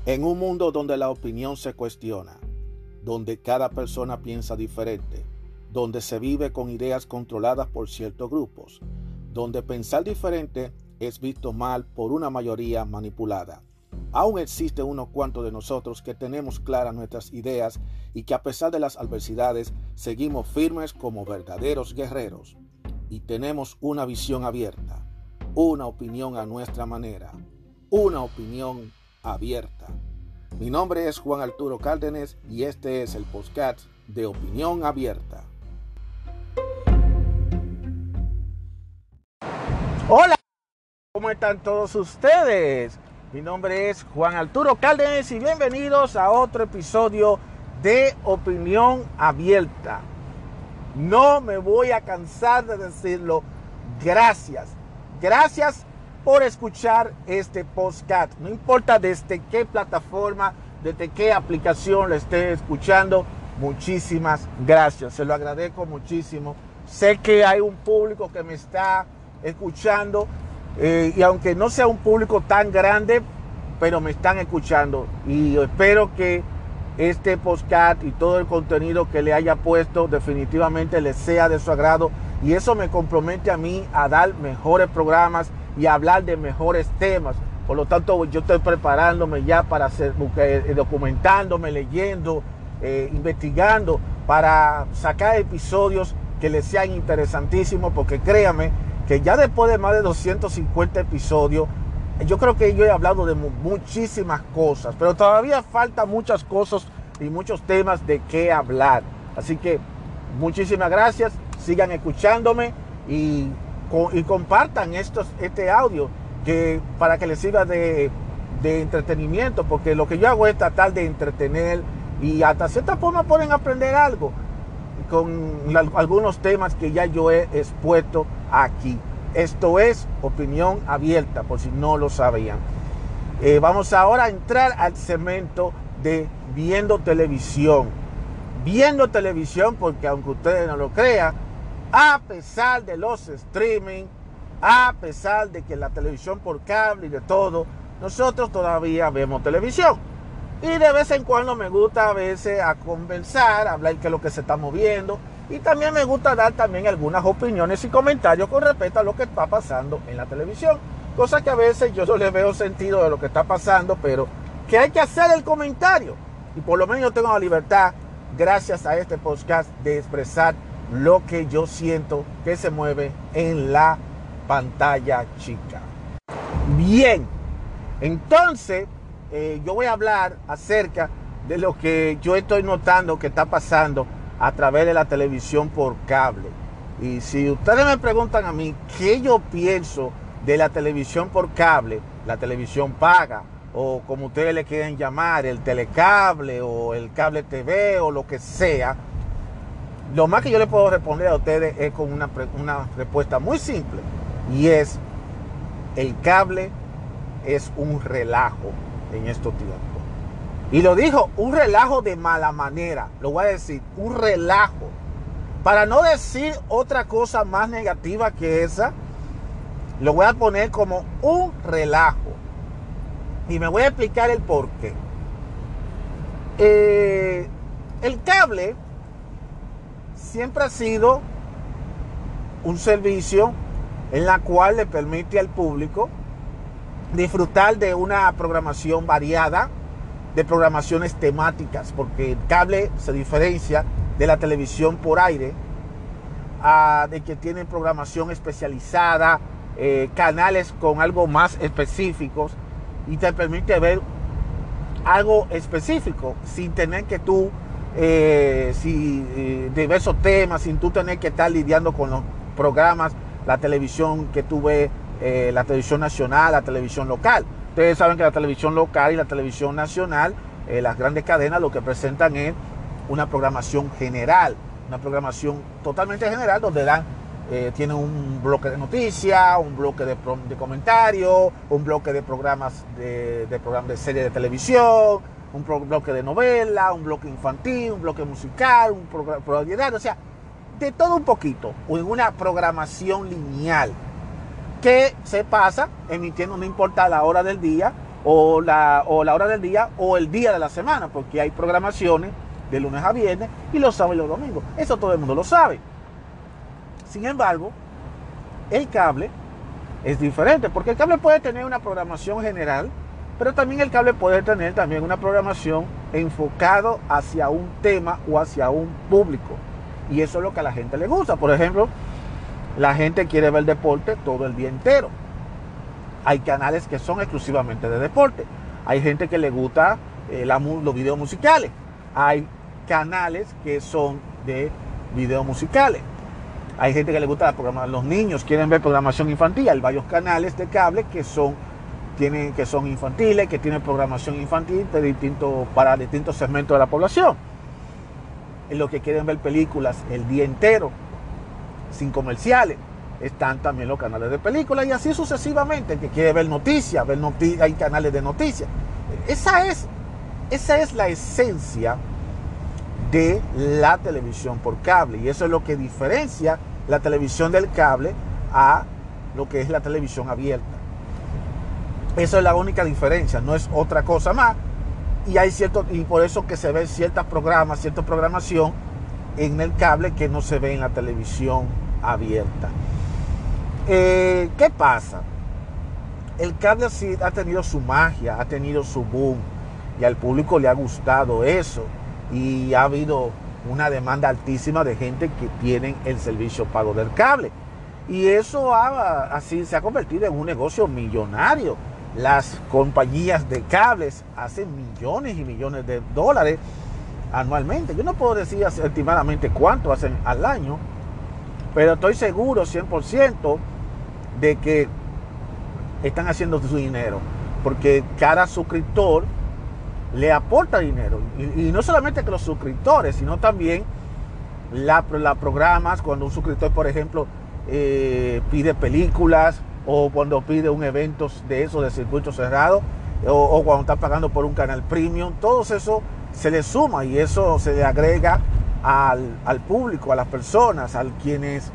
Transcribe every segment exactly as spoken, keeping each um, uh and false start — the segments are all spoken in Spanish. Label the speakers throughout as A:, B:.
A: En un mundo donde la opinión se cuestiona, donde cada persona piensa diferente, donde se vive con ideas controladas por ciertos grupos, donde pensar diferente es visto mal por una mayoría manipulada, aún existe unos cuantos de nosotros que tenemos claras nuestras ideas y que a pesar de las adversidades seguimos firmes como verdaderos guerreros y tenemos una visión abierta, una opinión a nuestra manera, una opinión abierta. Mi nombre es Juan Arturo Cárdenas y este es el podcast de Opinión Abierta. Hola, ¿cómo están todos ustedes? Mi nombre es Juan Arturo Cárdenas y bienvenidos a otro episodio de Opinión Abierta. No me voy a cansar de decirlo. Gracias. Gracias por escuchar este podcast. No importa desde qué plataforma, desde qué aplicación lo esté escuchando. Muchísimas gracias. Se lo agradezco muchísimo. Sé que hay un público que me está escuchando eh, y aunque no sea un público tan grande, pero me están escuchando. Y espero que este podcast y todo el contenido que le haya puesto definitivamente les sea de su agrado. Y eso me compromete a mí a dar mejores programas y a hablar de mejores temas. Por lo tanto, yo estoy preparándome ya para hacer, eh, documentándome, leyendo, eh, investigando, para sacar episodios que les sean interesantísimos, porque créanme que ya después de más de doscientos cincuenta episodios, yo creo que yo he hablado de muchísimas cosas, pero todavía faltan muchas cosas y muchos temas de qué hablar. Así que muchísimas gracias, sigan escuchándome y, y compartan estos, este audio que, para que les sirva de, de entretenimiento, porque lo que yo hago es tratar de entretener y hasta cierta forma pueden aprender algo con la, algunos temas que ya yo he expuesto aquí. Esto es Opinión Abierta, por si no lo sabían. Eh, vamos ahora a entrar al segmento de Viendo Televisión. Viendo televisión, porque aunque ustedes no lo crean, a pesar de los streaming, a pesar de que la televisión por cable y de todo, nosotros todavía vemos televisión. Y de vez en cuando me gusta a veces a conversar, a hablar de qué es lo que se está moviendo. Y también me gusta dar también algunas opiniones y comentarios con respecto a lo que está pasando en la televisión. Cosa que a veces yo no le veo sentido de lo que está pasando, pero que hay que hacer el comentario. Y por lo menos yo tengo la libertad, gracias a este podcast, de expresar lo que yo siento que se mueve en la pantalla chica. Bien, entonces eh, yo voy a hablar acerca de lo que yo estoy notando que está pasando a través de la televisión por cable. Y si ustedes me preguntan a mí qué yo pienso de la televisión por cable, la televisión paga, o como ustedes le quieren llamar, el telecable o el cable T V o lo que sea, lo más que yo le puedo responder a ustedes es con una, una respuesta muy simple, y es: el cable es un relajo en estos tiempos. Y lo dijo, un relajo de mala manera. Lo voy a decir, un relajo. Para no decir otra cosa más negativa que esa, lo voy a poner como un relajo. Y me voy a explicar el por qué. Eh, el cable siempre ha sido un servicio en la cual le permite al público disfrutar de una programación variada, de programaciones temáticas, porque el cable se diferencia de la televisión por aire, uh, de que tiene programación especializada, eh, canales con algo más específicos, y te permite ver algo específico sin tener que tú, eh, si, eh, diversos temas, sin tú tener que estar lidiando con los programas, la televisión que tú ves, eh, la televisión nacional, la televisión local. Ustedes saben que la televisión local y la televisión nacional, eh, las grandes cadenas, lo que presentan es una programación general, una programación totalmente general, donde dan, eh, tienen un bloque de noticias, un bloque de, de comentarios, un bloque de programas de, de, programas de serie de televisión, un pro, bloque de novela, un bloque infantil, un bloque musical, un programa, o sea, de todo un poquito, en una programación lineal que se pasa emitiendo, no importa la hora del día o la, o la hora del día o el día de la semana, porque hay programaciones de lunes a viernes y los sábados y los domingos. Eso todo el mundo lo sabe. Sin embargo, el cable es diferente, porque el cable puede tener una programación general, pero también el cable puede tener también una programación enfocado hacia un tema o hacia un público. Y eso es lo que a la gente le gusta. Por ejemplo, la gente quiere ver deporte todo el día entero. Hay canales que son exclusivamente de deporte. Hay gente que le gusta eh, la, los videos musicales. Hay canales que son de videos musicales. Hay gente que le gusta la programación. Los niños quieren ver programación infantil. Hay varios canales de cable que son, tienen, que son infantiles, que tienen programación infantil de distintos, para distintos segmentos de la población. En los que quieren ver películas el día entero, sin comerciales, están también los canales de películas y así sucesivamente. El que quiere ver noticias, ver noti- hay canales de noticias. Esa es, esa es la esencia de la televisión por cable, y eso es lo que diferencia la televisión del cable a lo que es la televisión abierta. Eso es la única diferencia, no es otra cosa más. Y hay cierto, y por eso que se ven ciertos programas, cierta programación en el cable que no se ve en la televisión abierta. Eh, ¿Qué pasa? El cable sí ha tenido su magia, ha tenido su boom, y al público le ha gustado eso, y ha habido una demanda altísima de gente que tienen el servicio pago del cable, y eso ha, así se ha convertido en un negocio millonario. Las compañías de cables hacen millones y millones de dólares anualmente. Yo no puedo decir estimadamente cuánto hacen al año, pero estoy seguro cien por ciento de que están haciendo su dinero, porque cada suscriptor le aporta dinero. Y, y no solamente que los suscriptores, sino también la, la programas, cuando un suscriptor, por ejemplo, eh, pide películas, o cuando pide un evento de eso, de circuito cerrado, o, o cuando está pagando por un canal premium, todo eso se le suma y eso se le agrega al, al público, a las personas, a quienes,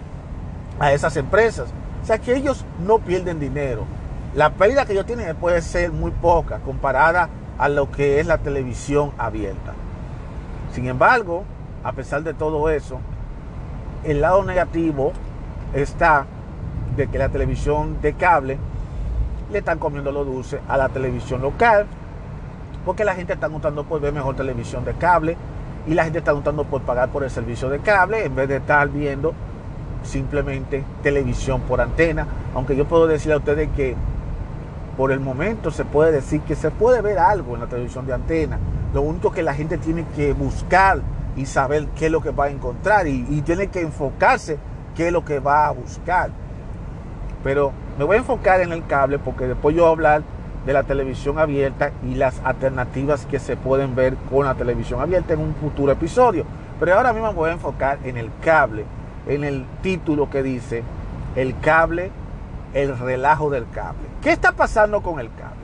A: a esas empresas. O sea que ellos no pierden dinero. La pérdida que ellos tienen puede ser muy poca comparada a lo que es la televisión abierta. Sin embargo, a pesar de todo eso, el lado negativo está de que la televisión de cable le están comiendo los dulces a la televisión local, porque la gente está optando por ver mejor televisión de cable y la gente está optando por pagar por el servicio de cable en vez de estar viendo simplemente televisión por antena. Aunque yo puedo decir a ustedes que por el momento se puede decir que se puede ver algo en la televisión de antena. Lo único que la gente tiene que buscar y saber qué es lo que va a encontrar, y, y tiene que enfocarse qué es lo que va a buscar. Pero me voy a enfocar en el cable porque después yo voy a hablar de la televisión abierta y las alternativas que se pueden ver con la televisión abierta en un futuro episodio. Pero ahora mismo me voy a enfocar en el cable, en el título que dice el cable, el relajo del cable. ¿Qué está pasando con el cable?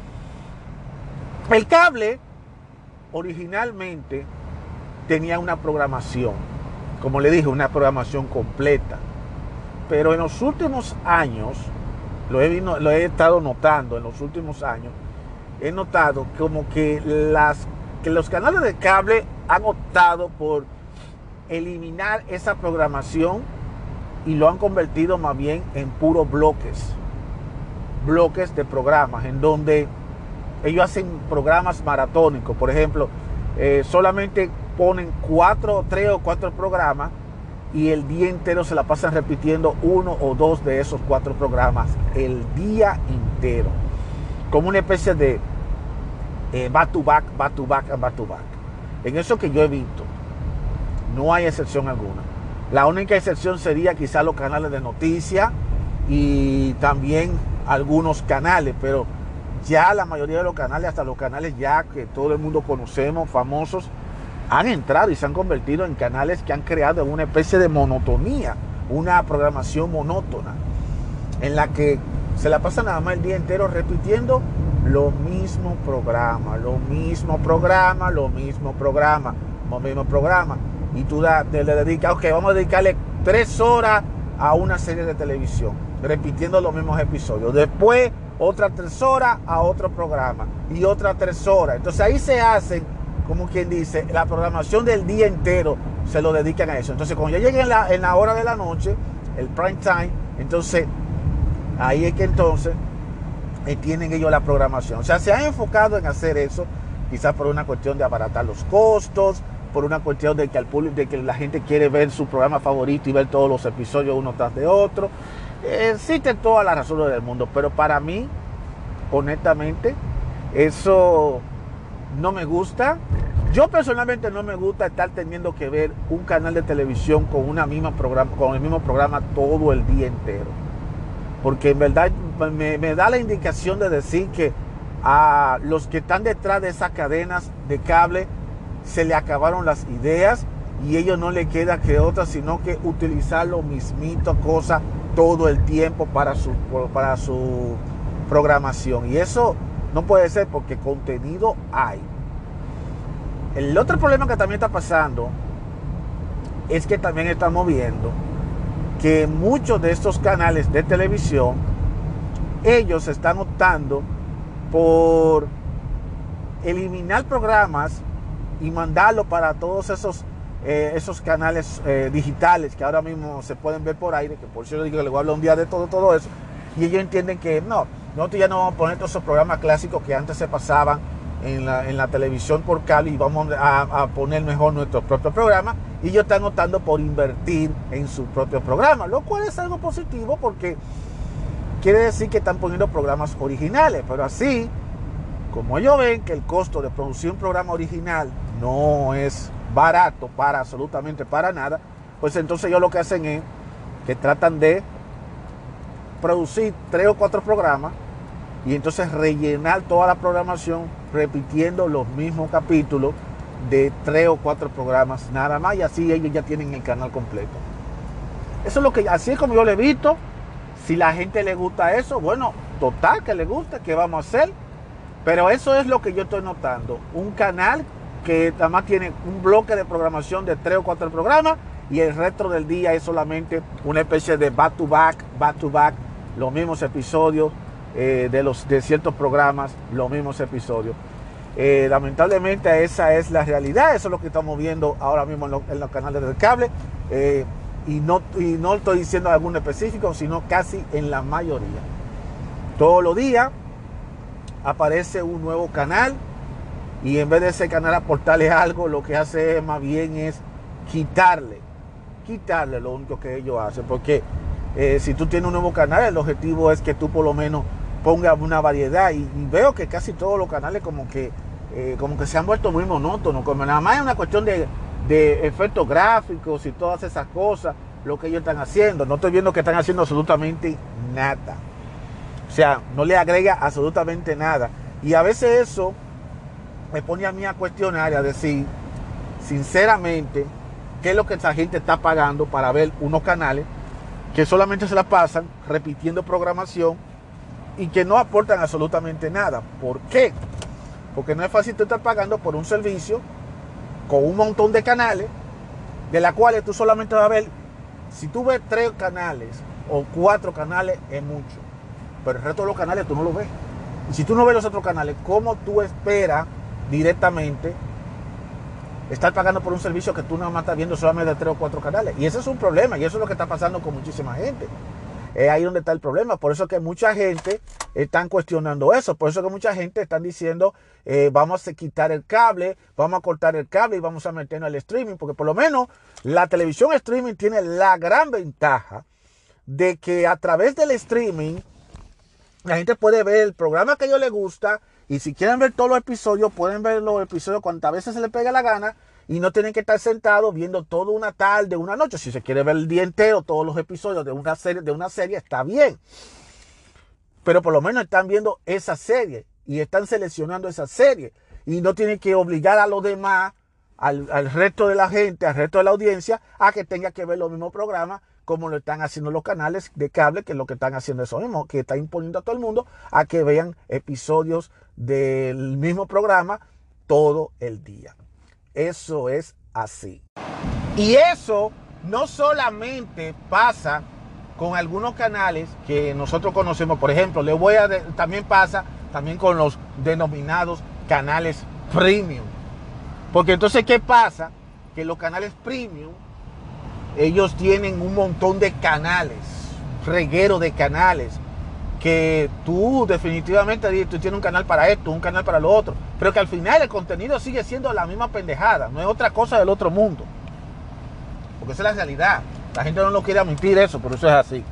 A: El cable originalmente tenía una programación, como le dije, una programación completa. Pero en los últimos años, lo he, lo he estado notando, en los últimos años, he notado como que, las, que los canales de cable han optado por eliminar esa programación y lo han convertido más bien en puros bloques, bloques de programas, en donde ellos hacen programas maratónicos. Por ejemplo, eh, solamente ponen cuatro, tres o cuatro programas, y el día entero se la pasan repitiendo uno o dos de esos cuatro programas el día entero, como una especie de eh, back to back, back to back, back to back. En eso que yo he visto, no hay excepción alguna. La única excepción sería quizá los canales de noticias y también algunos canales, pero ya la mayoría de los canales, hasta los canales ya que todo el mundo conocemos, famosos, han entrado y se han convertido en canales que han creado una especie de monotonía, una programación monótona, en la que se la pasa nada más el día entero repitiendo lo mismo programa, lo mismo programa, lo mismo programa, lo mismo programa. Y tú da, le dedicas, ok, vamos a dedicarle tres horas a una serie de televisión, repitiendo los mismos episodios. Después, otras tres horas a otro programa y otras tres horas. Entonces ahí se hacen, como quien dice, la programación del día entero se lo dedican a eso. Entonces cuando ya lleguen en la, en la hora de la noche, el prime time, entonces ahí es que entonces eh, tienen ellos la programación. O sea, se han enfocado en hacer eso, quizás por una cuestión de abaratar los costos, por una cuestión de que, al público, de que la gente quiere ver su programa favorito y ver todos los episodios uno tras de otro. Eh, existe toda la razón del mundo, pero para mí, honestamente, eso no me gusta. Yo personalmente no me gusta estar teniendo que ver un canal de televisión con, una misma programa, con el mismo programa todo el día entero. Porque en verdad me, me da la indicación de decir que a los que están detrás de esas cadenas de cable se le acabaron las ideas y ellos no le queda que otra sino que utilizar lo mismito cosa todo el tiempo para su, para su programación. Y eso no puede ser porque contenido hay. El otro problema que también está pasando es que también estamos viendo que muchos de estos canales de televisión, ellos están optando por eliminar programas y mandarlo para todos esos, eh, esos canales eh, digitales que ahora mismo se pueden ver por aire, que por cierto digo que les voy a hablar un día de todo, todo eso, y ellos entienden que no, nosotros ya no vamos a poner todos esos programas clásicos que antes se pasaban en la, en la televisión por cable y vamos a, a poner mejor nuestros propios programas, y ellos están optando por invertir en sus propios programas, lo cual es algo positivo porque quiere decir que están poniendo programas originales, pero así, como ellos ven que el costo de producir un programa original no es barato para absolutamente para nada, pues entonces ellos lo que hacen es que tratan de producir tres o cuatro programas y entonces rellenar toda la programación repitiendo los mismos capítulos de tres o cuatro programas nada más, y así ellos ya tienen el canal completo. Eso es lo que, así es como yo lo he visto. Si la gente le gusta eso, bueno, total que le gusta, ¿qué vamos a hacer? Pero eso es lo que yo estoy notando. Un canal que nada más tiene un bloque de programación de tres o cuatro programas y el resto del día es solamente una especie de back to back, back to back, los mismos episodios eh, de, los, de ciertos programas, los mismos episodios. Eh, lamentablemente esa es la realidad, eso es lo que estamos viendo ahora mismo en, lo, en los canales del cable. Eh, y, no, y no estoy diciendo algún específico, sino casi en la mayoría. Todos los días aparece un nuevo canal y en vez de ese canal aportarle algo, lo que hace más bien es quitarle, quitarle lo único que ellos hacen, porque eh, si tú tienes un nuevo canal, el objetivo es que tú por lo menos pongas una variedad, y, y veo que casi todos los canales como que, eh, como que se han vuelto muy monótonos, como nada más es una cuestión de, de efectos gráficos y todas esas cosas, lo que ellos están haciendo. No estoy viendo que están haciendo absolutamente nada. O sea, no le agrega absolutamente nada. Y a veces eso me pone a mí a cuestionar y a decir, sinceramente, qué es lo que esa gente está pagando para ver unos canales que solamente se la pasan repitiendo programación y que no aportan absolutamente nada. ¿Por qué? Porque no es fácil tú estar pagando por un servicio con un montón de canales, de las cuales tú solamente vas a ver, si tú ves tres canales o cuatro canales es mucho, pero el resto de los canales tú no lo ves. Y si tú no ves los otros canales, ¿cómo tú esperas directamente estar pagando por un servicio que tú nada más estás viendo solamente de tres o cuatro canales? Y ese es un problema, y eso es lo que está pasando con muchísima gente. Es ahí donde está el problema. Por eso que mucha gente están cuestionando eso. Por eso que mucha gente están diciendo, eh, vamos a quitar el cable, vamos a cortar el cable y vamos a meternos al streaming. Porque por lo menos la televisión streaming tiene la gran ventaja de que a través del streaming la gente puede ver el programa que a ellos les gusta, y si quieren ver todos los episodios, pueden ver los episodios cuantas veces se les pega la gana, y no tienen que estar sentados viendo toda una tarde, una noche. Si se quiere ver el día entero todos los episodios de una serie, de una serie, está bien. Pero por lo menos están viendo esa serie y están seleccionando esa serie, y no tienen que obligar a los demás, al, al resto de la gente, al resto de la audiencia, a que tenga que ver los mismos programas como lo están haciendo los canales de cable, que es lo que están haciendo eso mismo, que está imponiendo a todo el mundo a que vean episodios del mismo programa todo el día. Eso es así. Y eso no solamente pasa con algunos canales que nosotros conocemos. Por ejemplo, le voy a de, también pasa también con los denominados canales premium. Porque entonces, ¿qué pasa? Que los canales premium, ellos tienen un montón de canales, reguero de canales, que tú definitivamente tú tienes un canal para esto, un canal para lo otro, pero que al final el contenido sigue siendo la misma pendejada, no es otra cosa del otro mundo. Porque esa es la realidad. La gente no lo quiere admitir eso, pero eso es así.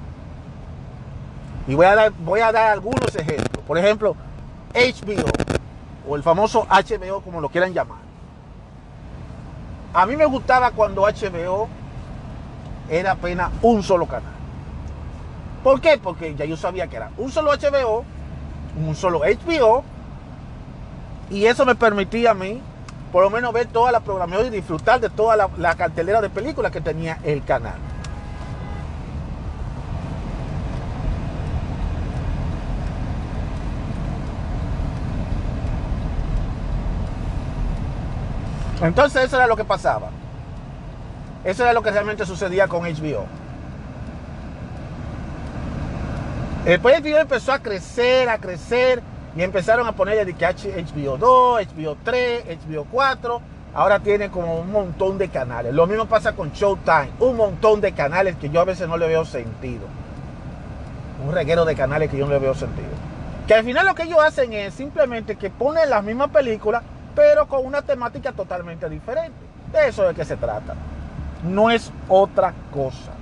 A: Y voy a dar, voy a dar algunos ejemplos. Por ejemplo, H B O, o el famoso H B O, como lo quieran llamar. A mí me gustaba cuando H B O era apenas un solo canal. ¿Por qué? Porque ya yo sabía que era un solo H B O, un solo H B O, y eso me permitía a mí, por lo menos, ver toda la programación y disfrutar de toda la, la cartelera de películas que tenía el canal. Entonces eso era lo que pasaba. Eso era lo que realmente sucedía con H B O. Después H B O empezó a crecer, a crecer, y empezaron a ponerle de que H B O dos, H B O tres, H B O cuatro. Ahora tiene como un montón de canales. Lo mismo pasa con Showtime. Un montón de canales que yo a veces no le veo sentido. Un reguero de canales que yo no le veo sentido. Que al final lo que ellos hacen es simplemente que ponen las mismas películas, pero con una temática totalmente diferente. De eso es de que se trata. No es otra cosa.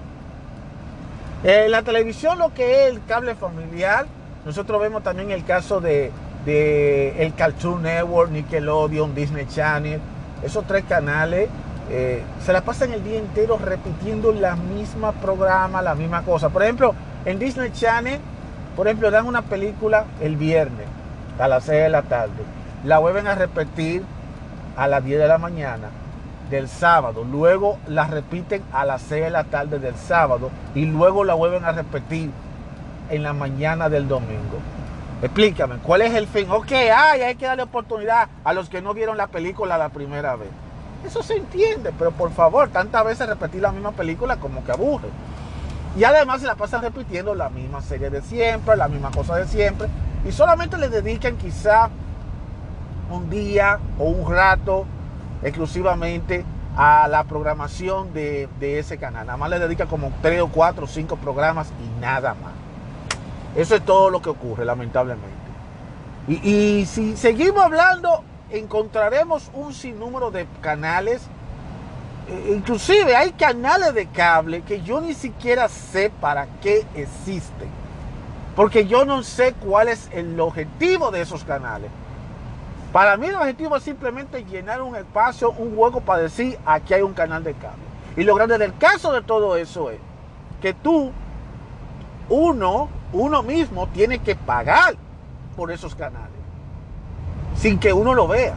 A: En la televisión, lo que es el cable familiar, nosotros vemos también el caso de, de el Cartoon Network, Nickelodeon, Disney Channel. Esos tres canales eh, se la pasan el día entero repitiendo la misma programa, la misma cosa. Por ejemplo, en Disney Channel, por ejemplo, dan una película el viernes a las seis de la tarde. La vuelven a repetir a las diez de la mañana del sábado, luego la repiten a las seis de la tarde del sábado y luego la vuelven a repetir en la mañana del domingo. Explícame, ¿cuál es el fin? Ok, ay, hay que darle oportunidad a los que no vieron la película la primera vez. Eso se entiende, pero por favor, tantas veces repetir la misma película como que aburre. Y además se la pasan repitiendo la misma serie de siempre, la misma cosa de siempre, y solamente le dedican quizá un día o un rato exclusivamente a la programación de, de ese canal. Nada más le dedica como tres o cuatro o cinco programas y nada más. Eso es todo lo que ocurre, lamentablemente. Y, y si seguimos hablando, encontraremos un sinnúmero de canales. Eh, inclusive hay canales de cable que yo ni siquiera sé para qué existen. Porque yo no sé cuál es el objetivo de esos canales. Para mí el objetivo es simplemente llenar un espacio, un hueco para decir, aquí hay un canal de cable. Y lo grande del caso de todo eso es que tú, uno, uno mismo tiene que pagar por esos canales, sin que uno lo vea.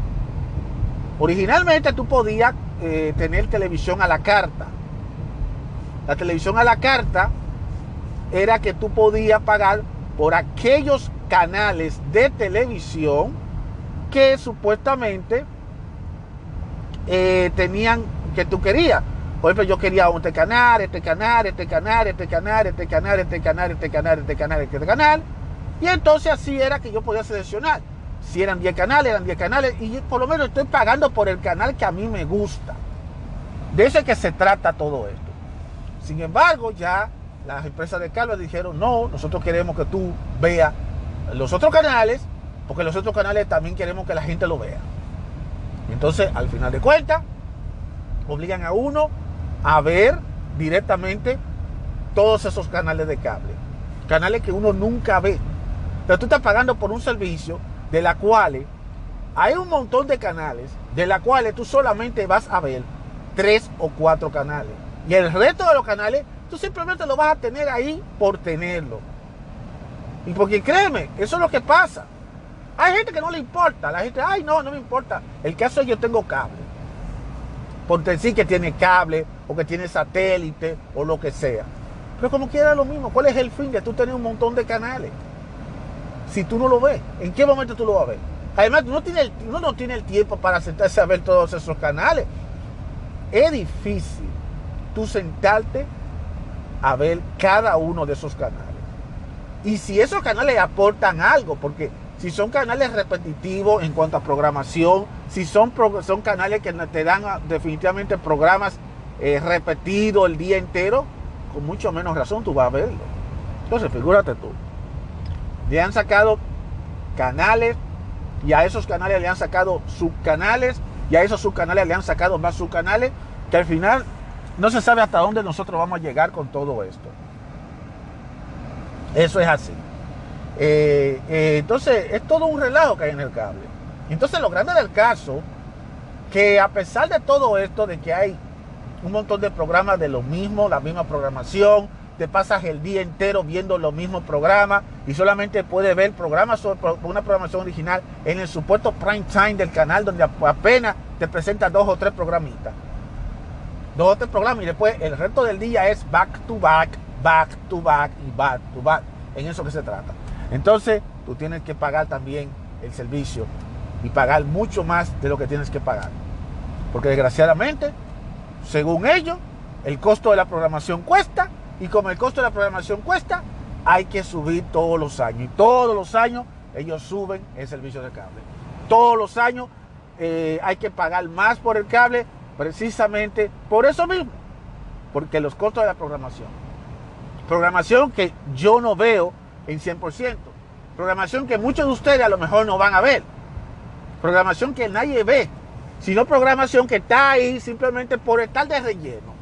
A: Originalmente tú podías eh, tener televisión a la carta. La televisión a la carta era que tú podías pagar por aquellos canales de televisión que supuestamente eh, tenían, que tú querías. Por ejemplo, yo quería este canal, este canal, este canal, este canal, este canal, este canal, este canal, este canal, este canal. Y entonces así era que yo podía seleccionar. Si eran diez canales, eran diez canales. Y por lo menos estoy pagando por el canal que a mí me gusta. De eso es que se trata todo esto. Sin embargo, ya las empresas de cable dijeron, no, nosotros queremos que tú veas los otros canales, porque los otros canales también queremos que la gente lo vea. Entonces, al final de cuentas, obligan a uno a ver directamente todos esos canales de cable. Canales que uno nunca ve. Pero tú estás pagando por un servicio de la cual hay un montón de canales, de la cuales tú solamente vas a ver tres o cuatro canales. Y el resto de los canales, tú simplemente lo vas a tener ahí por tenerlo. Y porque créeme, eso es lo que pasa. Hay gente que no le importa. La gente, ay, no, no me importa. El caso es que yo tengo cable. Por decir que tiene cable, o que tiene satélite, o lo que sea. Pero como quiera lo mismo. ¿Cuál es el fin de tú tener un montón de canales? Si tú no lo ves, ¿en qué momento tú lo vas a ver? Además, uno, tiene el, uno no tiene el tiempo para sentarse a ver todos esos canales. Es difícil tú sentarte a ver cada uno de esos canales. Y si esos canales aportan algo, porque si son canales repetitivos en cuanto a programación, si son, son canales que te dan definitivamente programas eh, repetidos el día entero, con mucho menos razón tú vas a verlo. Entonces, figúrate tú. Le han sacado canales, y a esos canales le han sacado subcanales, y a esos subcanales le han sacado más subcanales, que al final no se sabe hasta dónde nosotros vamos a llegar con todo esto. Eso es así. Eh, eh, entonces, es todo un relajo que hay en el cable. Entonces, lo grande del caso, que a pesar de todo esto, de que hay un montón de programas de lo mismo, la misma programación, te pasas el día entero viendo los mismos programas y solamente puedes ver programas sobre una programación original en el supuesto prime time del canal, donde apenas te presentan dos o tres programitas. Dos o tres programas y después el resto del día es back to back, back to back y back to back. En eso que se trata. Entonces, tú tienes que pagar también el servicio y pagar mucho más de lo que tienes que pagar. Porque desgraciadamente, según ellos, el costo de la programación cuesta, y como el costo de la programación cuesta, hay que subir todos los años. Y todos los años ellos suben el servicio de cable. Todos los años eh, hay que pagar más por el cable, precisamente por eso mismo. Porque los costos de la programación. Programación que yo no veo en cien por ciento. Programación que muchos de ustedes a lo mejor no van a ver. Programación que nadie ve. Sino programación que está ahí simplemente por estar de relleno.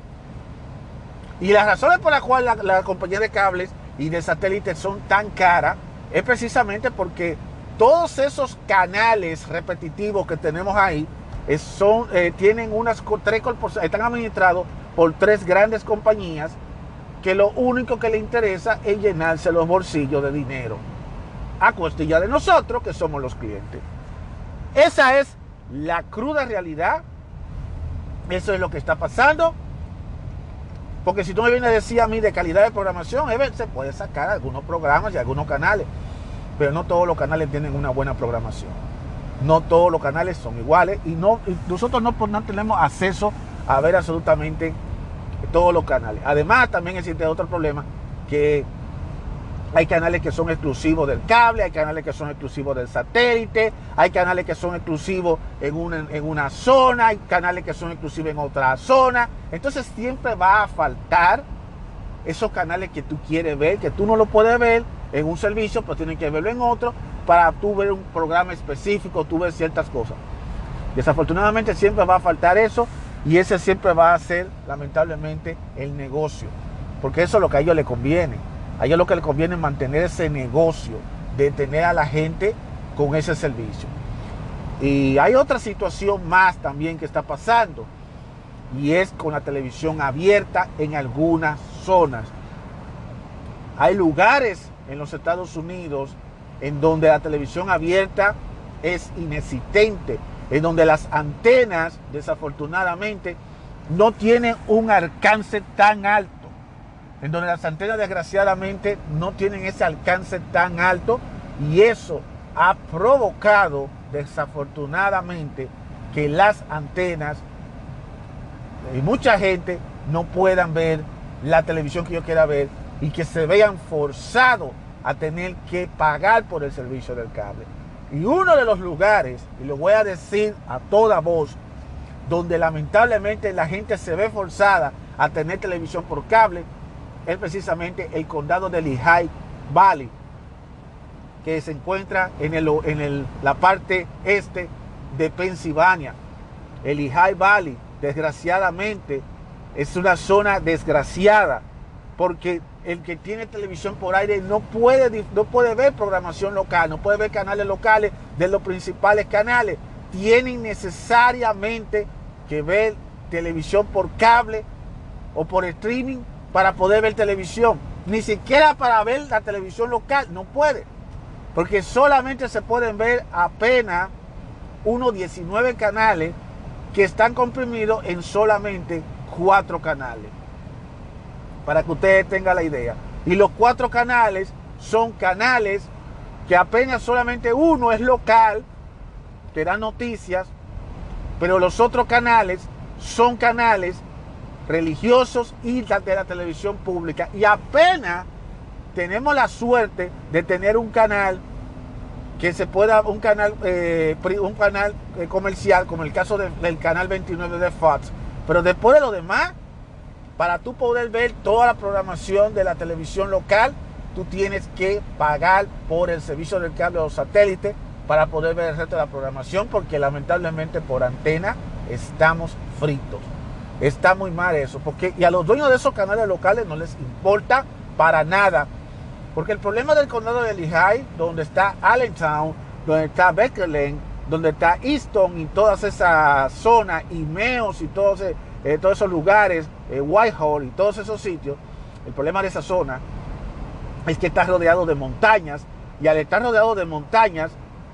A: Y las razones por las cuales la, la compañía de cables y de satélites son tan caras es precisamente porque todos esos canales repetitivos que tenemos ahí es, son, eh, tienen unas tres corporaciones, están administrados por tres grandes compañías que lo único que les interesa es llenarse los bolsillos de dinero a costilla de nosotros, que somos los clientes. Esa es la cruda realidad. Eso es lo que está pasando. Porque si tú me vienes a decir a mí de calidad de programación, se puede sacar algunos programas y algunos canales, pero no todos los canales tienen una buena programación. No todos los canales son iguales y, no, y nosotros no, no tenemos acceso a ver absolutamente todos los canales. Además, también existe otro problema, que hay canales que son exclusivos del cable, hay canales que son exclusivos del satélite, hay canales que son exclusivos en una, en una zona, hay canales que son exclusivos en otra zona. Entonces siempre va a faltar esos canales que tú quieres ver, que tú no lo puedes ver en un servicio, pero tienes que verlo en otro, para tú ver un programa específico, tú ver ciertas cosas. Desafortunadamente siempre va a faltar eso, y ese siempre va a ser, lamentablemente, el negocio. Porque eso es lo que a ellos les conviene. A ellos lo que les conviene es mantener ese negocio de tener a la gente con ese servicio. Y hay otra situación más también que está pasando, y es con la televisión abierta en algunas zonas. Hay lugares en los Estados Unidos en donde la televisión abierta es inexistente, en donde las antenas, desafortunadamente, no tienen un alcance tan alto. En donde las antenas, desgraciadamente, no tienen ese alcance tan alto, y eso ha provocado, desafortunadamente, que las antenas y mucha gente no puedan ver la televisión que yo quiera ver, y que se vean forzados a tener que pagar por el servicio del cable. Y uno de los lugares, y lo voy a decir a toda voz, donde lamentablemente la gente se ve forzada a tener televisión por cable, es precisamente el condado de Lehigh Valley, que se encuentra en, el, en el, la parte este de Pensilvania. El Lehigh Valley, desgraciadamente, es una zona desgraciada, porque el que tiene televisión por aire no puede, no puede ver programación local, no puede ver canales locales de los principales canales. Tienen necesariamente que ver televisión por cable o por streaming para poder ver televisión. Ni siquiera para ver la televisión local, no puede. Porque solamente se pueden ver apenas unos diecinueve canales que están comprimidos en solamente cuatro canales. Para que ustedes tengan la idea. Y los cuatro canales son canales que apenas solamente uno es local, que da noticias, pero los otros canales son canales religiosos y de la televisión pública. Y apenas tenemos la suerte de tener un canal que se pueda, un canal, eh, un canal eh, comercial, como el caso de, del canal veintinueve de Fox. Pero después de lo demás, para tú poder ver toda la programación de la televisión local, tú tienes que pagar por el servicio del cable o satélite para poder ver el resto de la programación, porque lamentablemente por antena estamos fritos. Está muy mal eso, porque y a los dueños de esos canales locales no les importa para nada, porque el problema del condado de Lehigh, donde está Allentown, donde está Beckerland, donde está Easton y todas esas zonas, y Meos y todos, eh, todos esos lugares, eh, Whitehall y todos esos sitios, el problema de esa zona es que está rodeado de montañas, y al estar rodeado de montañas,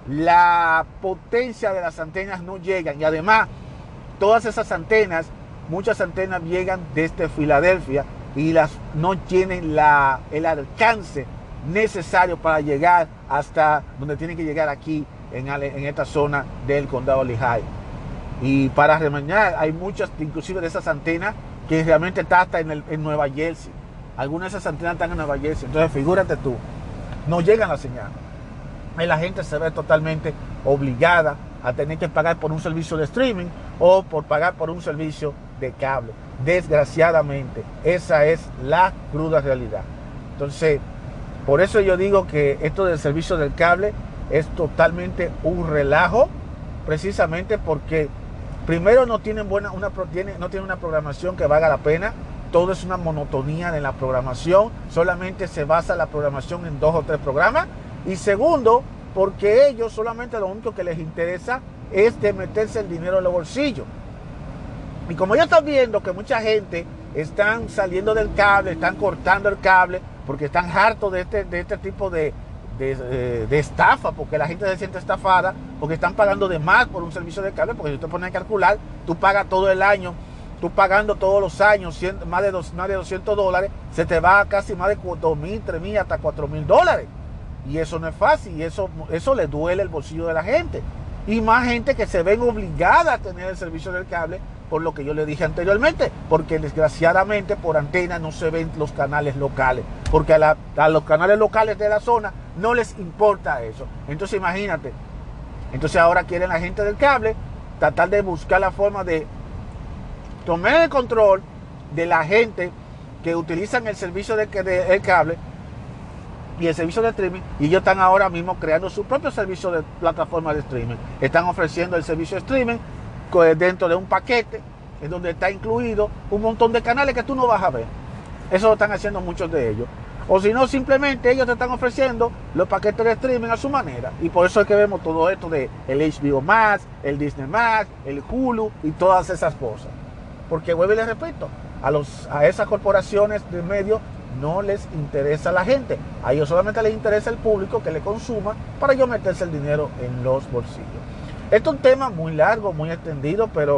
A: la potencia de las antenas no llegan, y además todas esas antenas, muchas antenas llegan desde Filadelfia y las no tienen la, el alcance necesario para llegar hasta donde tienen que llegar aquí en, en esta zona del condado Lehigh. Y para remañar, hay muchas, inclusive de esas antenas, que realmente están hasta en, el, en Nueva Jersey. Algunas de esas antenas están en Nueva Jersey. Entonces figúrate tú, no llegan la señal. Y la gente se ve totalmente obligada a tener que pagar por un servicio de streaming o por pagar por un servicio de cable. Desgraciadamente, esa es la cruda realidad. Entonces, por eso yo digo que esto del servicio del cable es totalmente un relajo, precisamente porque primero no tienen buena, una, no tienen una programación que valga la pena. Todo es una monotonía en la programación, solamente se basa la programación en dos o tres programas. Y segundo, porque ellos solamente lo único que les interesa es de meterse el dinero en los bolsillos. Y como ya están viendo que mucha gente están saliendo del cable, están cortando el cable, porque están hartos de este, de este tipo de, de, de, de estafa, porque la gente se siente estafada, porque están pagando de más por un servicio de cable, porque si tú te pones a calcular, tú pagas todo el año, tú pagando todos los años más de, dos, más de doscientos dólares, se te va a casi más de dos mil, tres mil, hasta cuatro mil dólares. Y eso no es fácil, y eso, eso le duele el bolsillo de la gente. Y más gente que se ven obligada a tener el servicio del cable, por lo que yo le dije anteriormente, porque desgraciadamente por antena no se ven los canales locales, porque a, la, a los canales locales de la zona no les importa eso. Entonces imagínate, entonces ahora quieren la gente del cable tratar de buscar la forma de tomar el control de la gente que utilizan el servicio del de, de, cable y el servicio de streaming, y ellos están ahora mismo creando su propio servicio de plataforma de streaming. Están ofreciendo el servicio de streaming dentro de un paquete en donde está incluido un montón de canales que tú no vas a ver. Eso lo están haciendo muchos de ellos. O si no, simplemente ellos te están ofreciendo los paquetes de streaming a su manera. Y por eso es que vemos todo esto de el H B O Max, el Disney Max, el Hulu y todas esas cosas. Porque vuelvo y les repito, a, los, a esas corporaciones de medios no les interesa la gente. A ellos solamente les interesa el público que le consuma para ellos meterse el dinero en los bolsillos. Esto es un tema muy largo, muy extendido, pero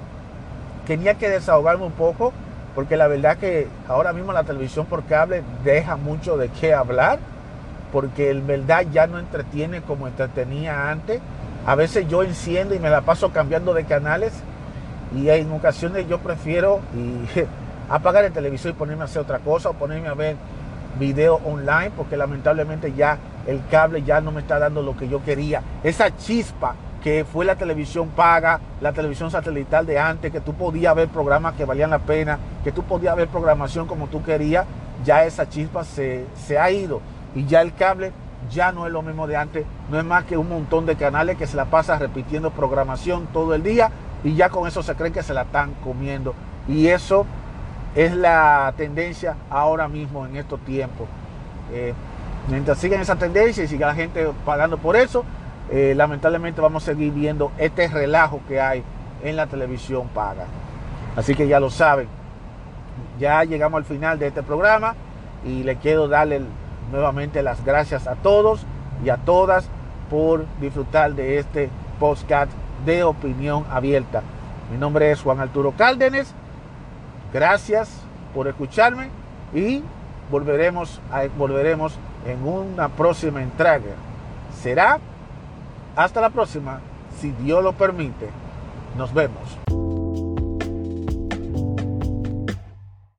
A: tenía que desahogarme un poco, porque la verdad que ahora mismo la televisión por cable deja mucho de qué hablar, porque en verdad ya no entretiene como entretenía antes. A veces yo enciendo y me la paso cambiando de canales, y en ocasiones yo prefiero y, apagar el televisor y ponerme a hacer otra cosa, o ponerme a ver video online, porque lamentablemente ya el cable ya no me está dando lo que yo quería. Esa chispa que fue la televisión paga, la televisión satelital de antes, que tú podías ver programas que valían la pena, que tú podías ver programación como tú querías, ya esa chispa se, se ha ido. Y ya el cable ya no es lo mismo de antes, no es más que un montón de canales que se la pasa repitiendo programación todo el día, y ya con eso se creen que se la están comiendo. Y eso es la tendencia ahora mismo en estos tiempos. Eh, mientras sigan esa tendencia y siga la gente pagando por eso, Eh, lamentablemente vamos a seguir viendo este relajo que hay en la televisión paga. Así que ya lo saben, ya llegamos al final de este programa, y le quiero darle nuevamente las gracias a todos y a todas por disfrutar de este podcast de Opinión Abierta. Mi nombre es Juan Arturo Cárdenas, gracias por escucharme, y volveremos, a, volveremos en una próxima entrega. Será hasta la próxima, si Dios lo permite. Nos vemos.